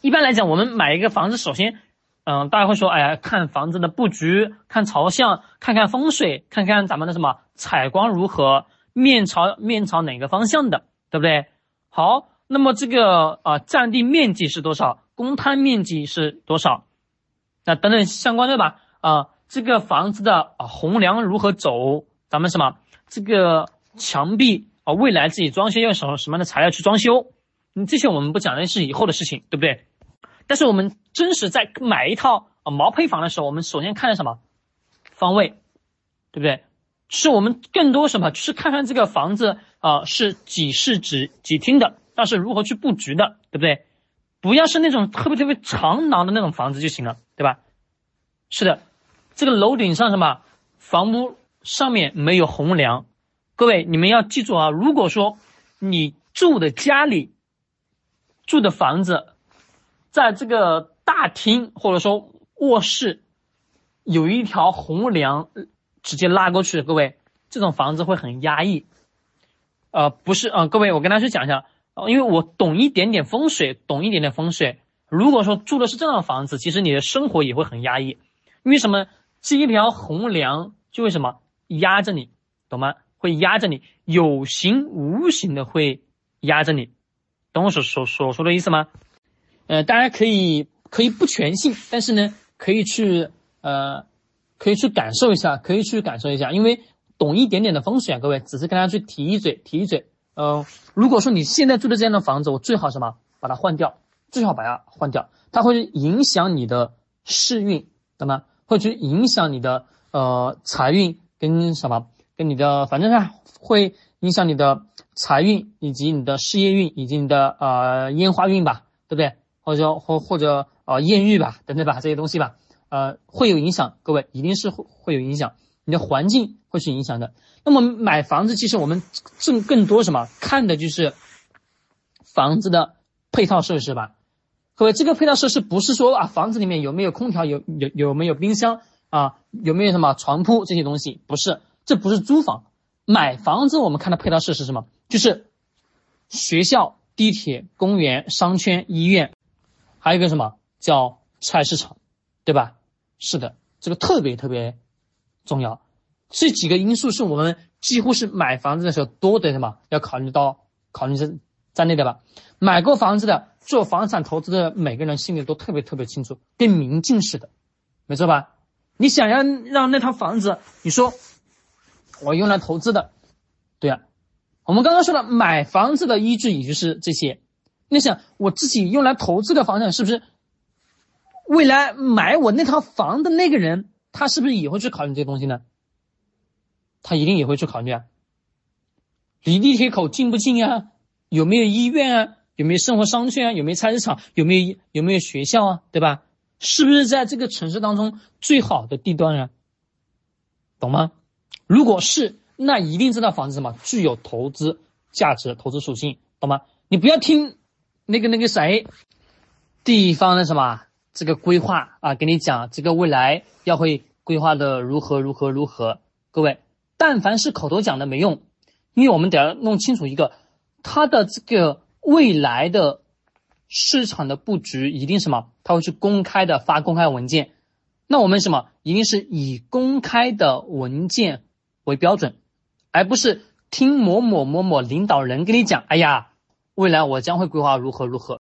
一般来讲，我们买一个房子，首先，大家会说，哎呀，看房子的布局，看朝向，看看风水，看看咱们的什么采光如何，面朝哪个方向的，对不对？好，那么这个占地面积是多少？公摊面积是多少？那等等相关的吧。这个房子的红梁如何走？咱们什么这个墙壁未来自己装修用什么样的材料去装修？这些我们不讲的是以后的事情，对不对？但是我们真实在买一套毛坯房的时候，我们首先看的什么？方位，对不对？是我们更多什么？就是看看这个房子是几室几厅的，但是如何去布局的，对不对？不要是那种特别长廊的那种房子就行了，对吧？是的，这个楼顶上什么房屋上面没有红梁，各位你们要记住啊，如果说你住的家里住的房子在这个大厅或者说卧室有一条红梁直接拉过去，各位这种房子会很压抑。不是各位我跟大家去讲一下，因为我懂一点点风水，如果说住的是这样的房子，其实你的生活也会很压抑。因为什么？这一条红梁就会什么压着你，懂吗？会压着你，有形无形的会压着你，懂我所说的意思吗？大家可以不全信，但是呢，可以去感受一下，因为懂一点点的风水啊，各位只是跟大家去提一嘴。如果说你现在住的这样的房子，我最好什么把它换掉，它会影响你的世运，懂吗？会去影响你的财运跟什么，跟你的反正会影响你的财运以及你的事业运以及你的烟花运吧，对不对？或者艳遇吧，等等吧，这些东西吧，会有影响，各位一定是会有影响，你的环境会去影响的。那么买房子，其实我们更多什么看的就是房子的配套设施吧。各位，这个配套设施不是说房子里面有没有空调，有没有冰箱有没有什么床铺这些东西，不是，这不是租房。买房子我们看的配套设施是什么？就是学校、地铁、公园、商圈、医院，还有一个什么叫菜市场，对吧？是的，这个特别重要。这几个因素是我们几乎是买房子的时候都得什么要考虑在内的吧。买过房子的，做房产投资的每个人心里都特别清楚，跟明镜似的，没错吧？你想要让那套房子，你说我用来投资的，对啊，我们刚刚说了买房子的依据也就是这些。你想我自己用来投资的房产，是不是未来买我那套房的那个人，他是不是也会去考虑这些东西呢？他一定也会去考虑啊，离地铁口近不近啊，有没有医院啊，有没有生活商圈啊，有没有菜市场，有没有学校啊，对吧？是不是在这个城市当中最好的地段啊？懂吗？如果是，那一定这套房子什么具有投资价值、投资属性，懂吗？你不要听那个谁地方的什么这个规划给你讲这个未来要会规划的如何，各位，但凡是口头讲的没用，因为我们得要弄清楚一个，它的这个未来的市场的布局一定什么，它会去公开的发公开文件。那我们什么一定是以公开的文件为标准，而不是听某某领导人跟你讲，哎呀，未来我将会规划如何。